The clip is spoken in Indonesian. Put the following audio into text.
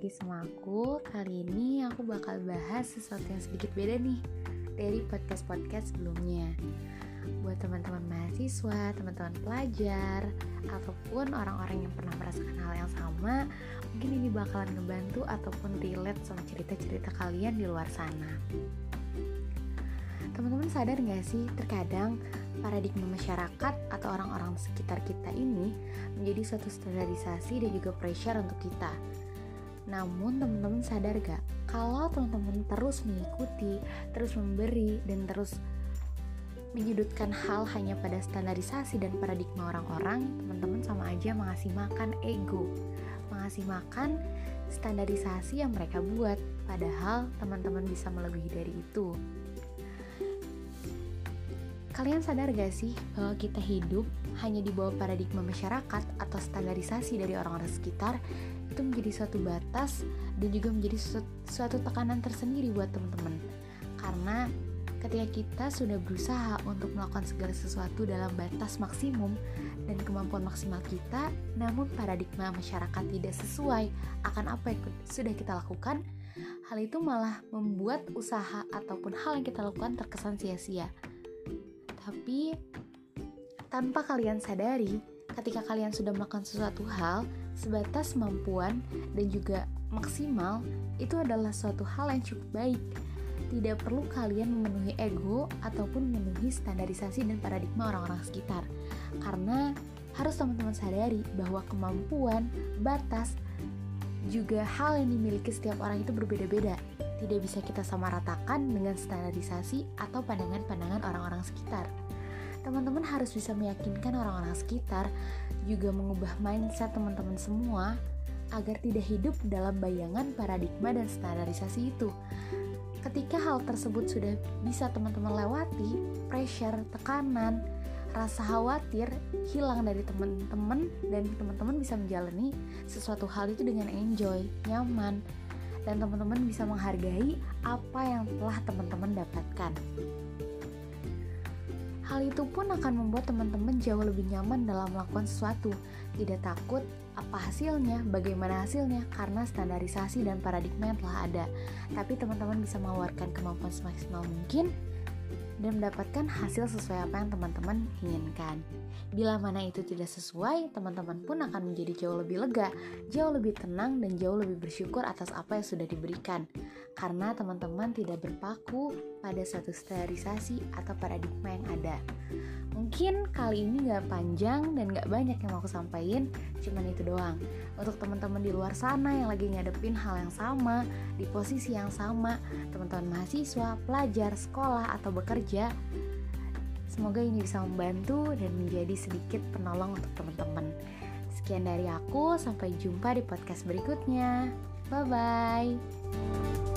lagi sama aku. Kali ini aku bakal bahas sesuatu yang sedikit beda nih dari podcast-podcast sebelumnya. Buat teman-teman mahasiswa, teman-teman pelajar, ataupun orang-orang yang pernah merasakan hal yang sama, mungkin ini bakalan ngebantu ataupun relate sama cerita-cerita kalian di luar sana. Teman-teman sadar gak sih, terkadang paradigma masyarakat atau orang-orang sekitar kita ini menjadi suatu standarisasi dan juga pressure untuk kita. Namun teman-teman sadar gak, kalau teman-teman terus mengikuti, terus memberi, dan terus menyudutkan hal hanya pada standarisasi dan paradigma orang-orang, teman-teman sama aja mengasih makan ego, mengasih makan standarisasi yang mereka buat, padahal teman-teman bisa melebihi dari itu. Kalian sadar gak sih bahwa kita hidup hanya di bawah paradigma masyarakat atau standarisasi dari orang-orang sekitar? Itu menjadi suatu batas dan juga menjadi suatu tekanan tersendiri buat teman-teman. Karena ketika kita sudah berusaha untuk melakukan segala sesuatu dalam batas maksimum dan kemampuan maksimal kita, namun paradigma masyarakat tidak sesuai akan apa yang sudah kita lakukan, hal itu malah membuat usaha ataupun hal yang kita lakukan terkesan sia-sia. Tapi tanpa kalian sadari, ketika kalian sudah melakukan sesuatu hal sebatas kemampuan dan juga maksimal, itu adalah suatu hal yang cukup baik. Tidak perlu kalian memenuhi ego ataupun memenuhi standarisasi dan paradigma orang-orang sekitar. Karena harus teman-teman sadari bahwa kemampuan, batas, juga hal yang dimiliki setiap orang itu berbeda-beda. Tidak bisa kita samaratakan dengan standarisasi atau pandangan-pandangan orang-orang sekitar. Teman-teman harus bisa meyakinkan orang-orang sekitar, juga mengubah mindset teman-teman semua agar tidak hidup dalam bayangan paradigma dan standarisasi itu. Ketika hal tersebut sudah bisa teman-teman lewati, pressure, tekanan, rasa khawatir hilang dari teman-teman dan teman-teman bisa menjalani sesuatu hal itu dengan enjoy, nyaman, dan teman-teman bisa menghargai apa yang telah teman-teman dapatkan. Hal itu pun akan membuat teman-teman jauh lebih nyaman dalam melakukan sesuatu. Tidak takut apa hasilnya, bagaimana hasilnya, karena standarisasi dan paradigma yang telah ada. Tapi teman-teman bisa mengeluarkan kemampuan semaksimal mungkin dan mendapatkan hasil sesuai apa yang teman-teman inginkan. Bila mana itu tidak sesuai, teman-teman pun akan menjadi jauh lebih lega, jauh lebih tenang, dan jauh lebih bersyukur atas apa yang sudah diberikan. Karena teman-teman tidak berpaku pada suatu standarisasi atau paradigma yang ada. Mungkin kali ini gak panjang dan gak banyak yang mau aku sampaikan, cuman itu doang. Untuk teman-teman di luar sana yang lagi ngadepin hal yang sama, di posisi yang sama, teman-teman mahasiswa, pelajar, sekolah, atau bekerja, semoga ini bisa membantu dan menjadi sedikit penolong untuk teman-teman. Sekian dari aku, sampai jumpa di podcast berikutnya. Bye-bye.